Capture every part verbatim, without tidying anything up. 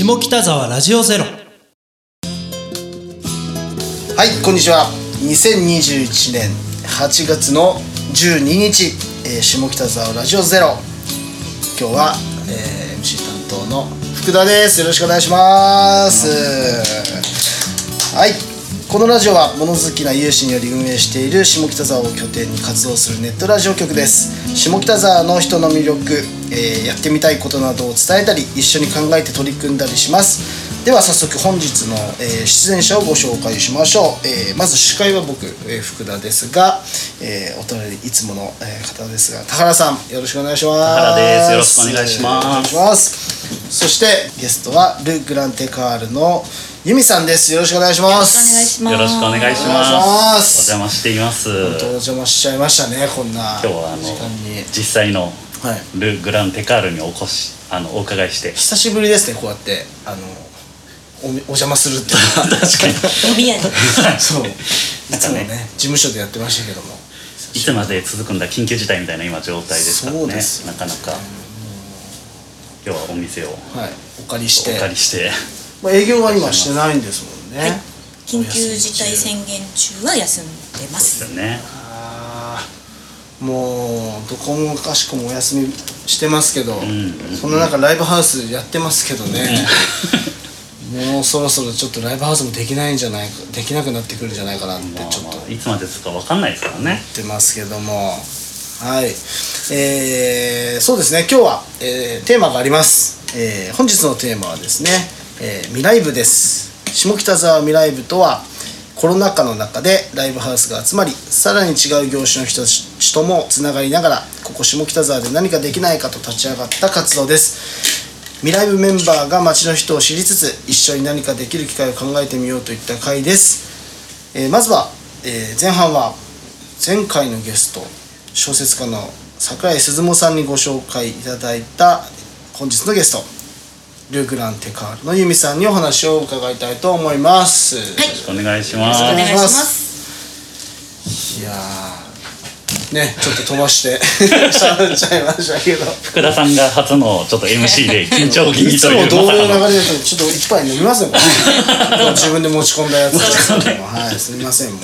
下北沢ラジオゼロ。 はい、こんにちは。にせんにじゅういちねんはちがつのじゅうににち、えー、下北沢ラジオゼロ。今日は、えー、エムシー 担当の福田です。よろしくお願いします。はい、このラジオは物好きな有志により運営している下北沢を拠点に活動するネットラジオ局です。下北沢の人の魅力、えー、やってみたいことなどを伝えたり、一緒に考えて取り組んだりします。では早速本日の、えー、出演者をご紹介しましょう。えー、まず司会は僕、えー、福田ですが、えー、お隣いつもの、えー、方ですが、田原さんよろしくお願いします。 田原です。よろしくお願いします。 お願いします。そしてゲストはル・グランテカールの由美さんです。よろしくお願いします。 よろしくお願いします。お邪魔しています。 本当お邪魔しちゃいましたね、こんな今日はあの時間に実際のはい、 ル・グランテカールにお越しあのお伺いして、 久しぶりですね、こうやってあの お, お邪魔するって確かに飲み屋にそういつもね、ね事務所でやってましたけども、 いつまで続くんだ緊急事態みたいな今状態ですからね。そうです、なかなか今日はお店を、 はい、お借りしてお借りして、 まあ、営業は今してないんですもんね、はい、 緊急事態宣言中は休んでます。 そうですよね。 あもうどこもかしこもお休みしてますけど、うんうんうん、そんな中ライブハウスやってますけどねもうそろそろちょっとライブハウスもできないんじゃないかできなくなってくるんじゃないかなってちょっと、まあ、 いつまでですか分かんないですからね。 言ってますけども、はい、えー、そうですね、今日は、えー、テーマがあります。えー、本日のテーマはですね、えー、未来部です。下北沢未来部とは、コロナ禍の中でライブハウスが集まり、さらに違う業種の人たちともつながりながら、ここ下北沢で何かできないかと立ち上がった活動です。未来部メンバーが街の人を知りつつ、一緒に何かできる機会を考えてみようといった回です。えー、まずは、えー、前半は前回のゲスト、小説家の櫻井鈴茂さんにご紹介いただいた本日のゲスト、ル・グランテカールの由美さんにお話を伺いたいと思います。はい、よろしくお願いします。 よろしくお願いします。 いやーね、ちょっと飛ばして喋っちゃいましたけど、 福田さんが初のちょっと エムシー で緊張気味という、 いつも同様の流れだとちょっと一杯飲みますよね自分で持ち込んだやつですけども、はい、すみません。もう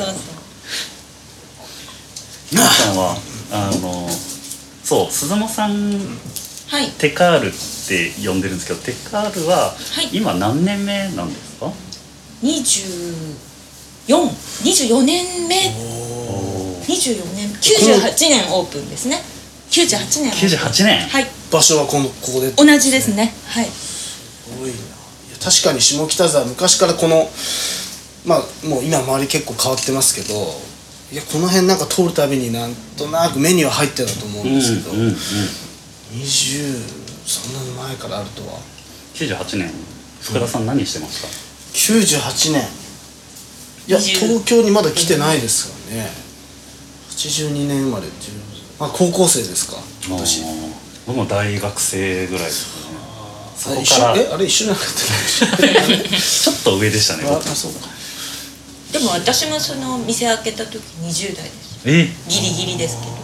由美さんはあのそう鈴茂さん、 はい、 テカールって呼んでるんですけど、テカールは今何年目なんですか？ にじゅうよん、にじゅうよねんめ、にじゅうよねん、きゅうじゅうはちねんオープンですね。きゅうじゅうはちねん。 きゅうじゅうはちねん。 はい。 場所はこのここで。 同じですね。はい。 すごいな。いや確かに下北沢昔からこのまあもう今周り結構変わってますけど、いやこの辺なんか通るたびになんとなく目には入ってたと思うんですけど、うんうんうん、にじゅうそんなに前からあるとは。 きゅうじゅうはちねん福田さん何してました？うん、 きゅうじゅうはちねん、いや東京にまだ来てないですからね。はちじゅうにねん生まれ、まあ高校生ですか今年。 僕も大学生ぐらいですかね。そこからえあれ一緒じゃなかったちょっと上でしたね。 ああそうか。 でも私もその店開けた時にじゅうだいです。 えギリギリですけど。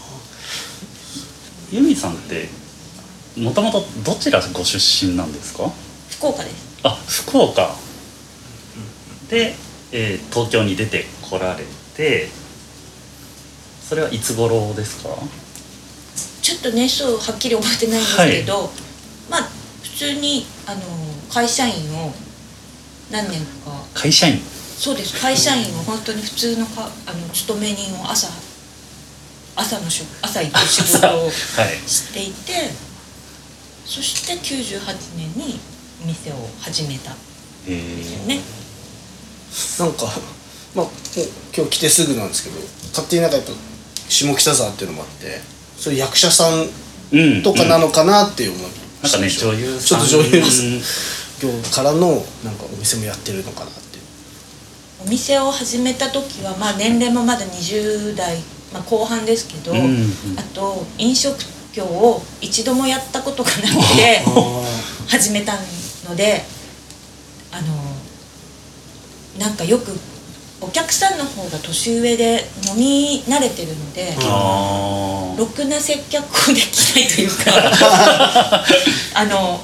由美さんってもともとどちらご出身なんですか？ 福岡です。 あ、福岡で、えー、東京に出てこられて、それはいつ頃ですか？ ちょっと年数はっきり覚えてないんですけど、はい、まあ普通にあの会社員を何年か。 会社員？ そうです。会社員を本当に普通のかあの勤め人を朝朝の仕朝行く仕事をしていて、はい、そしてきゅうじゅうはちねんに店を始めたんですよね。 なんかまあもう今日来てすぐなんですけど、勝手になんかやっぱ下北沢っていうのもあって、それ役者さんとかなのかなっていう思い、うんうん、 なんかね女優さん、 ちょっと女優業からのなんかお店もやってるのかなっていう。 お店を始めた時はまあ年齢もまだにじゅうだい、まあ、後半ですけど、うんうん、あと飲食業を一度もやったことがなくて始めたので、あのなんかよくお客さんの方が年上で飲み慣れてるので、ろくな接客をできないというかあの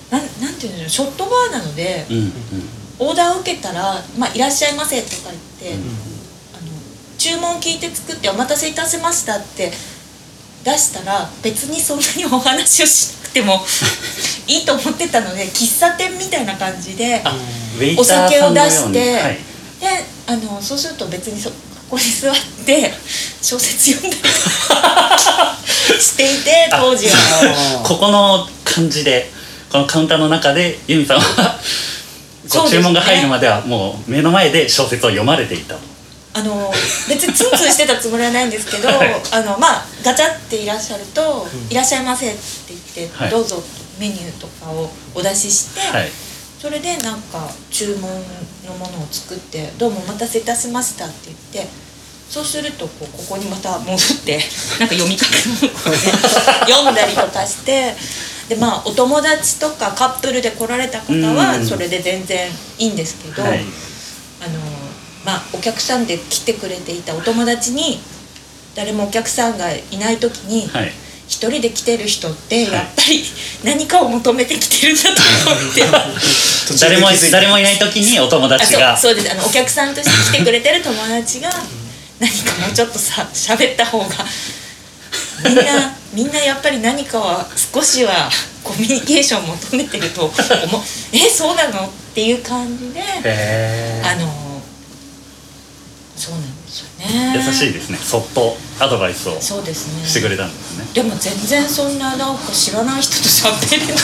なんなんていうんだろう、ショットバーなので、 うんうん、 オーダーを受けたら「まあ、いらっしゃいませ」とか言って、 うん、 あの注文聞いて作って「お待たせいたしました」って出したら別にそんなにお話をしなくてもいいと思ってたので、喫茶店みたいな感じでお酒を出して、はい、であのそうすると別にそここに座って小説読んだりしていて、当時はここの感じでこのカウンターの中でユミさんはこう注文が入るまではもう目の前で小説を読まれていたと。 あの別にツンツンしてたつもりはないんですけど、はい、あのまあガチャっていらっしゃると「うん、いらっしゃいませ」って言って、はい、どうぞメニューとかをお出しして、はい、それでなんか注文のものを作って「どうもお待たせいたしました」って言って、そうするとこうここにまた戻ってなんか読みかけの読んだりとかして。でまあ、お友達とかカップルで来られた方はそれで全然いいんですけど、はい、あのまあ、お客さんで来てくれていたお友達に誰もお客さんがいない時に、はい、一人で来てる人ってやっぱり何かを求めてきてるんだと思って誰も誰もいない時にお友達がそう、そうです、あのお客さんとして来てくれてる友達が何かもうちょっとさ喋った方がみんなみんなやっぱり何かは少しはコミュニケーションを求めてると思うえそうなのっていう感じで、あのそうなんですよね。 優しいですね。そっとアドバイスをそうですねしてくれたんですね。 でも全然そんななんか知らない人と喋れない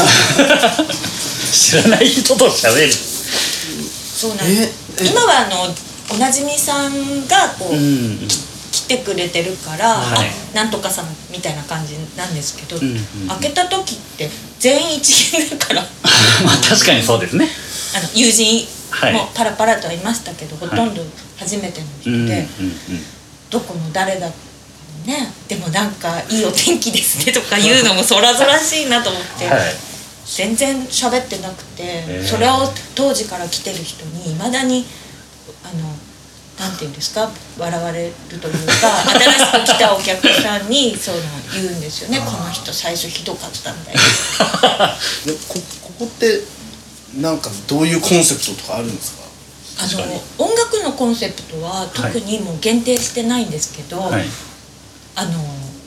知らない人と喋るそうなんです。今はあのおなじみさんがこう、うん来てくれてるから、はい、なんとかさんみたいな感じなんですけど、うんうんうん、開けた時って全員一元だからまあ確かにそうですね。 あの友人もパラパラとはいましたけど、はい、ほとんど初めての人で、はいうんうんうん、どこの誰だかね、でもなんかいいお天気ですねとか言うのもそらそらしいなと思って、はい、全然喋ってなくて、それを当時から来てる人にいまだにあのなんていうんですか、笑われるというか新しく来たお客さんにそういうの言うんですよね。この人最初ひどかったんだよで こ, ここってなんかどういうコンセプトとかあるんですか？ あの音楽のコンセプトは特にもう限定してないんですけど、はい、あの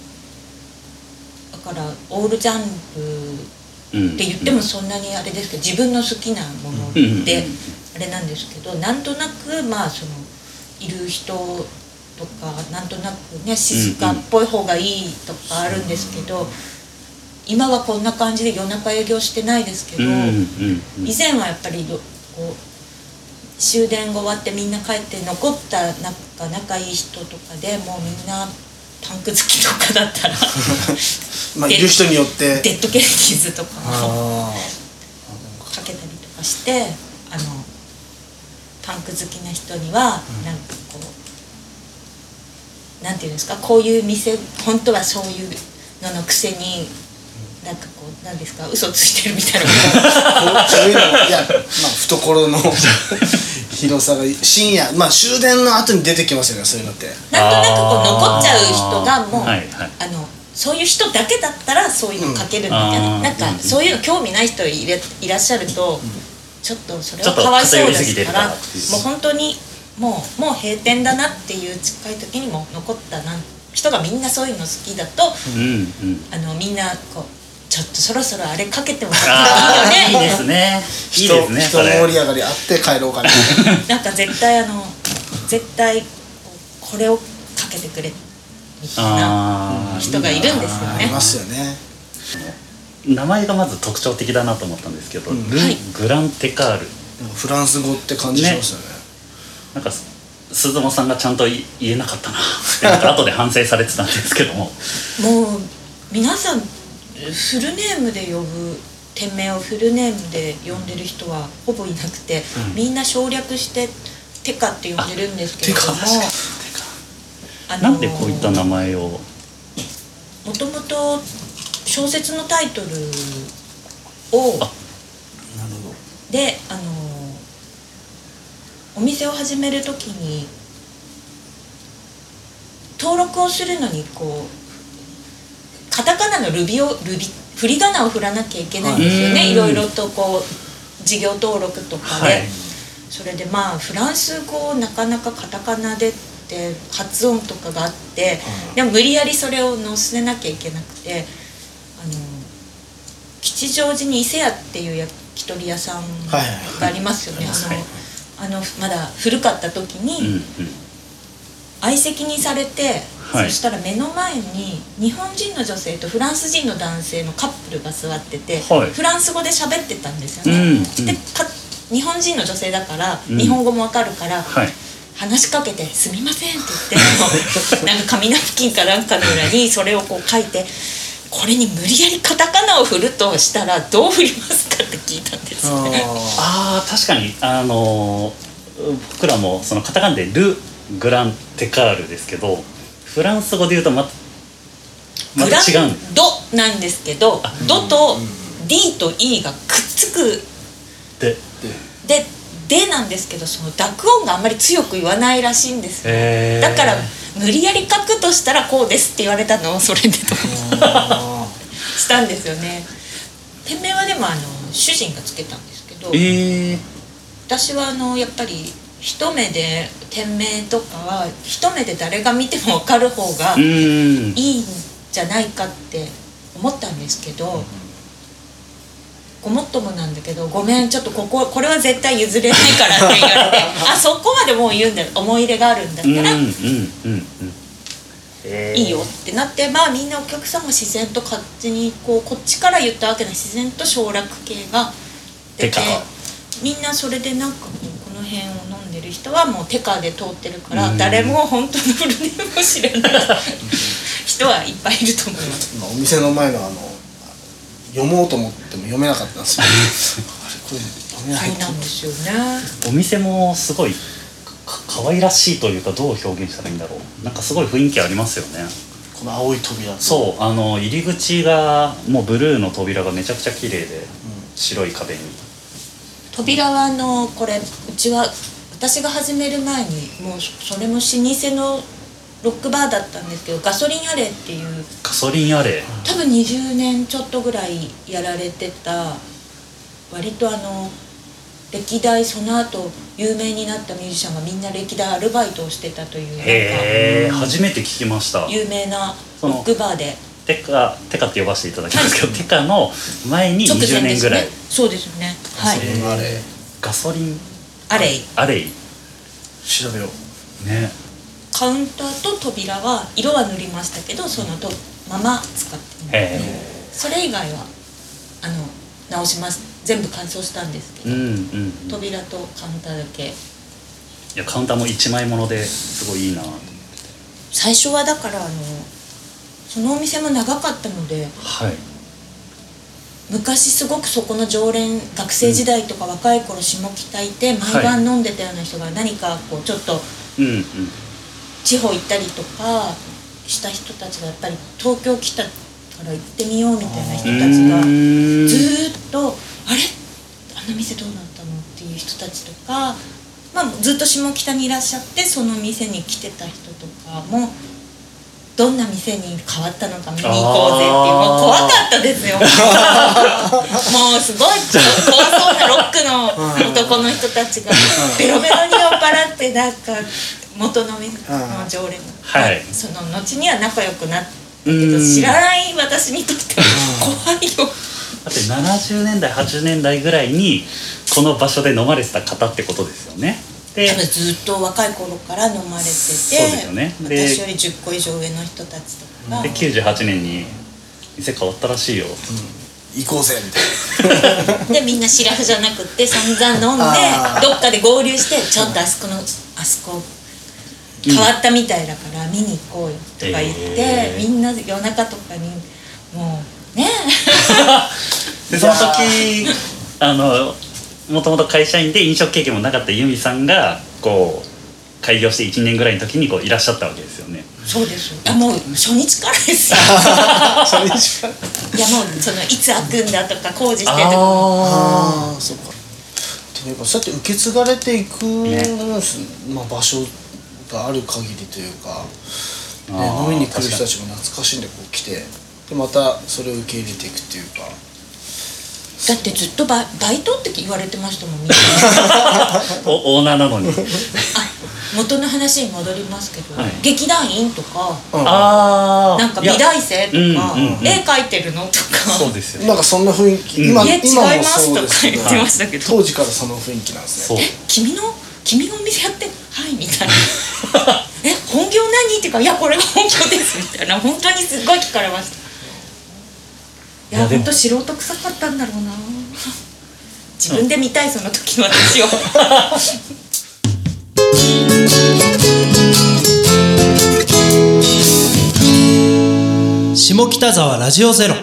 だからオールジャンルって言ってもそんなにあれですけど、自分の好きなものであれなんですけど、なんとなくまあそのいる人とかなんとなくね静かっぽい方がいいとかあるんですけど、今はこんな感じで夜中営業してないですけど、以前はやっぱりこう終電が終わってみんな帰って残ったなんか仲いい人とかでもうみんなパンク好きとかだったらまあいる人によってデッドケネディーズとかもかけたりとかして、あのパンク好きな人にはなんかこうなんていうんですか、こういう店本当はそういうののくせになんかこうなんですか、嘘ついてるみたいなそういうのいや、まあ、懐の広さが深夜、まあ終電の後に出てきますよね、そういうのって。 なんとなくこう残っちゃう人がもう、はいはい、あのそういう人だけだったらそういうの書けるみたいな、うん、なんかそういうの興味ない人いれいらっしゃると、うん、ちょっとそれはかわいそうですから、もう本当にもうもう閉店だなっていう近い時にも残ったなん人がみんなそういうの好きだと、うんうん、あのみんなこうちょっとそろそろあれかけてもらっていいよね。いいですね。いいですね。 人盛り上がりあって帰ろうかな。 なんか絶対あの絶対これをかけてくれみたいな人がいるんですよね。 いますよね。 名前がまず特徴的だなと思ったんですけど、うん、ル・グランテカール、 フランス語って感じしますよね。 なんか鈴間さんがちゃんと言えなかったなってなんか後で反省されてたんですけどももう皆さんフルネームで呼ぶ、店名をフルネームで呼んでる人はほぼいなくて、うん、みんな省略してテカって呼んでるんですけれども、 あのなんでこういった名前を、 もともと小説のタイトルをなるほどで、あのお店を始めるときに登録をするのにこうカタカナのルビをルビ振り仮名を振らなきゃいけないんですよね、いろいろとこう事業登録とかで、はい、それでまあフランス語なかなかカタカナでって発音とかがあって、うん、でも無理やりそれを載せなきゃいけなくて、あの吉祥寺に伊勢屋っていう焼き鳥屋さんがありますよね、はいはい、あのあのまだ古かった時に、うんうん、相席にされて、はい、そしたら目の前に日本人の女性とフランス人の男性のカップルが座ってて、はい、フランス語で喋ってたんですよね、うんうん、でか日本人の女性だから、うん、日本語もわかるから、はい、話しかけてすみませんって言ってなんか紙ナプキンかなんかの裏にそれをこう書いて、これに無理やりカタカナを振るとしたらどう振りますかって聞いたんですよね。 ああ確かにあの僕らもそのカタカナでル・グラン・テカールですけど、フランス語で言うとまた、また違うグランドなんですけど、ドと D と E がくっつくでででなんですけど、その濁音があんまり強く言わないらしいんですよ。だから無理やり書くとしたらこうですって言われたのをそれでとしたんですよね。店名はでもあの主人がつけたんですけど、えー、私はあのやっぱり一目で店名とかは一目で誰が見ても分かる方がいいんじゃないかって思ったんですけど、ごもっともなんだけど、ごめんちょっとこここれは絶対譲れないからって言われてあそこまでもう言うんだ、思い入れがあるんだったら、うんうんうんうん、えー、いいよってなって、まあみんなお客さんも自然と勝手にこうこっちから言ったわけで自然と省略系が出て、みんなそれでなんかこうこの辺を飲んでる人はもうテカで通ってるから、誰も本当のフルネームを知らない人はいっぱいいると思います。 お店の前のあの読もうと思っても読めなかったんですよあれこれ読めないそうなんですよね。 お店もすごいか可愛らしいというか、どう表現したらいいんだろう、なんかすごい雰囲気ありますよね。 この青い扉、 そうあの入り口がもうブルーの扉がめちゃくちゃ綺麗で、うん、白い壁に扉はあのこれうちは私が始める前にもうそれも老舗のロックバーだったんですけど、ガソリンアレーっていうガソリンアレー多分にじゅうねんちょっとぐらいやられてた、割とあの歴代その後有名になったミュージシャンがみんな歴代アルバイトをしてたという、 へー初めて聞きました。 有名なロックバーでテカテカって呼ばせていただきますけど、はい、テカの前ににじゅうねんぐらい、ね、 そうですよね、はい、 ガソリンアレイアレイ調べようね。 カウンターと扉は色は塗りましたけど、そのとまま使ってます。それ以外はあの直します。全部乾燥したんですけど、うんうんうん、扉とカウンターだけ。いやカウンターも一枚物ですごいいいなと思ってて、 最初はだからあのそのお店も長かったので、 はい、 昔すごくそこの常連、学生時代とか若い頃下北いて毎晩飲んでたような人が何かこうちょっと、うんうん地方行ったりとかした人たちがやっぱり東京来たから行ってみようみたいな人たちがずっとあれあの店どうなったのっていう人たちとか、まあ、ずっと下北にいらっしゃってその店に来てた人とかもどんな店に変わったのか見に行こうぜっていう、もう怖かったですよもうすごい怖そうなロックの男の人たちがベロベロに酔っ払ってなんか元の店の常連の、はい、その後には仲良くなったけど知らない私にとっては怖いよ。 だってななじゅうねんだいはちじゅうねんだいぐらいにこの場所で飲まれてた方ってことですよね。 で多分ずっと若い頃から飲まれてて、そうですよね、私よりじゅっこ以上上の人たちとかできゅうじゅうはちねんに店変わったらしいよ、 うん、行こうぜみたいなでみんなシラフじゃなくって散々飲んでどっかで合流してちょっとあそこのあそこ変わったみたいだから見に行こうよとか言って、えー、みんな夜中とかにもうねでその時あのもともと会社員で飲食経験もなかったユミさんがこう開業していちねんぐらいの時にこういらっしゃったわけですよね。 そうですよ。あもう初日からですよ初日からいやもうそのいつ開くんだとか工事してとか、 ああそうか。でもやっぱそうやって受け継がれていく、ねまあ、場所がある限りというか、ね、飲みに来る人たちも懐かしんでこう来てでまたそれを受け入れていくっていうか。 だってずっとバイ、バイトって言われてましたもんみんなおオーナーなのにあ、元の話に戻りますけど、 はい、 劇団員とか、 うん、 あなんか美大生とか、 うんうんうん、 絵描いてるのとか、 そうですよ、 なんかそんな雰囲気、 うん、 今、 え今も違いますそうですけど、 とか言ってましたけど、 当時からその雰囲気なんですね。 そう、 え、君の君がお店やってはいみたいなえ、本業何っていうか、いやこれが本業ですみたいな、本当にすごい聞かれました。いや、本当素人臭かったんだろうな自分で見たい、その時の私を下北沢ラジオゼロ。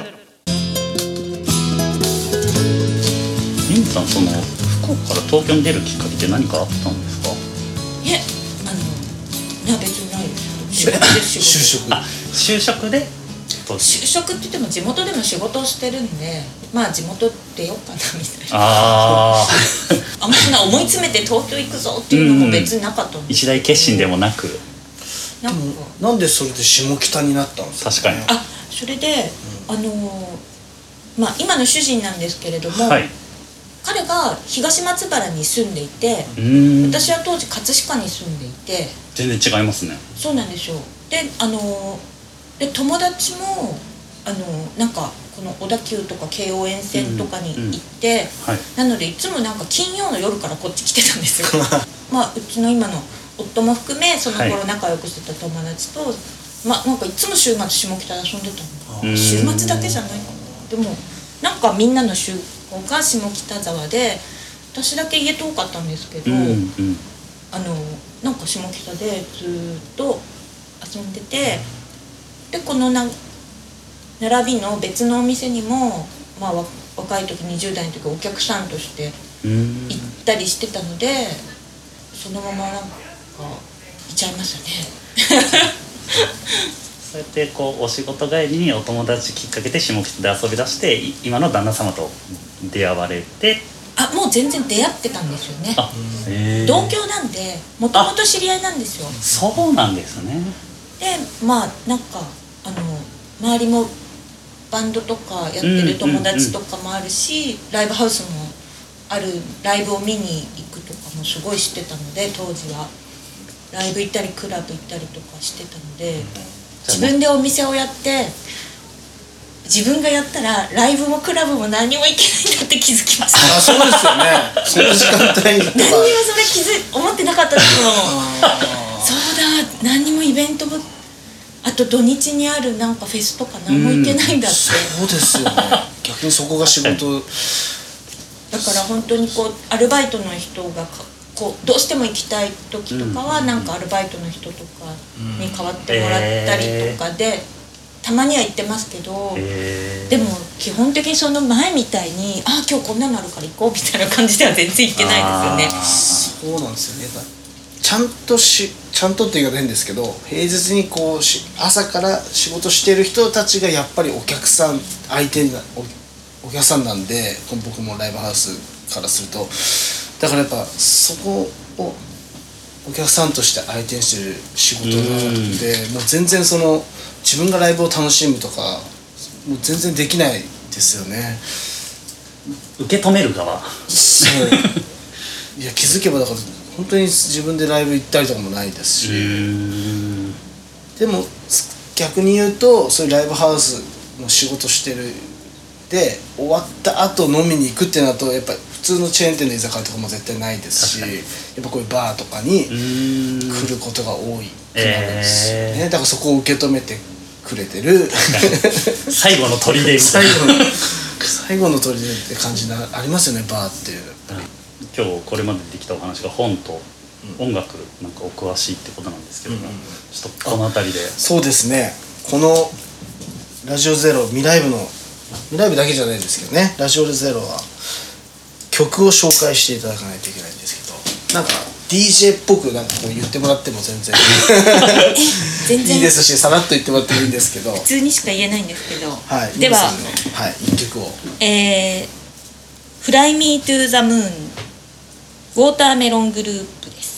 ミンさん、その福岡から東京に出るきっかけって何かあったんですか？ いえ、あの、いや別にないですよ。 就職あ、就職で就職って言っても地元でも仕事をしてるんで、まあ地元出ようかなみたいな。 ああんまりな思い詰めて東京行くぞっていうのも別になかったんです。 一大決心でもなく、 なんかなんでそれで下北になったんですか、ね、 確かに。 あ、それで、うん、あのまあ今の主人なんですけれども、 はい、 彼が東松原に住んでいて、 うーん、 私は当時葛飾に住んでいて。 全然違いますね。 そうなんですよ。で、あので友達もあのなんかこの小田急とか京王沿線とかに行って、うんうん、はい、なのでいつもなんか金曜の夜からこっち来てたんですよまあうちの今の夫も含めその頃仲良くしてた友達と、はい、まあなんかいつも週末下北で遊んでたの。週末だけじゃないかな。でもなんかみんなの集合が下北沢で、私だけ家遠かったんですけど、うんうん、あのなんか下北でずっと遊んでて、でこのな並びの別のお店にも、まあ、若い時にじゅう代の時お客さんとして行ったりしてたので、そのままなんかいっちゃいましたねそうやってこうお仕事帰りにお友達きっかけで下北で遊び出して、今の旦那様と出会われて。 あ、もう全然出会ってたんですよね。 あ、へー、 同居なんでもともと知り合いなんですよ。 そうなんですね。 で、まあなんかあの周りもバンドとかやってる友達とかもあるし、うんうんうん、ライブハウスもある、ライブを見に行くとかもすごい知ってたので、当時はライブ行ったりクラブ行ったりとかしてたので、自分でお店をやって自分がやったらライブもクラブも何も行けないんだって気づきました。 あ、そうですよねその時間帯に何にもそれ気づ思ってなかったですけどそうだ、何にもイベントも、あと土日にあるなんかフェスとか何も行けないんだって、 そうですよね逆にそこが仕事だから本当にこうアルバイトの人がこうどうしても行きたい時とかはなんかアルバイトの人とかに代わってもらったりとかでたまには行ってますけど、でも基本的にその前みたいにあ今日こんなのあるから行こうみたいな感じでは全然行ってないですよね。そうなんですよね。ちゃんとしちゃんとって言い方変ですけど、平日にこうし朝から仕事してる人たちがやっぱりお客さん相手な お, お客さんなんで、僕もライブハウスからするとだからやっぱそこをお客さんとして相手にしてる仕事なので、もう全然その自分がライブを楽しむとかもう全然できないですよね。 受け止める側そういや気づけばだから本当に自分でライブ行ったりとかもないですし、でも逆に言うとそういうライブハウスの仕事してるで終わった後飲みに行くってなるとやっぱ普通のチェーン店の居酒屋とかも絶対ないですし、やっぱこういうバーとかに来ることが多いくなるんですよね、えー、だからそこを受け止めてくれてる最後の砦みたいな最後の最後の砦って感じなありますよね、バーっていう。 今日これまでできたお話が本と音楽なんかお詳しいってことなんですけども、うんうん、ちょっとこの辺りで。 そうですね、このラジオゼロ未来部の未来部だけじゃないですけどね、ラジオゼロは曲を紹介していただかないといけないんですけど、なんか ディージェー っぽくなんかこう言ってもらっても全然全然いいですし、さらっと言ってもらってもいいんですけど、 普通にしか言えないんですけど、 はい、 では、 はい、いっきょくを、 えー、Fly Me to the Moon ウォーターメロングループです。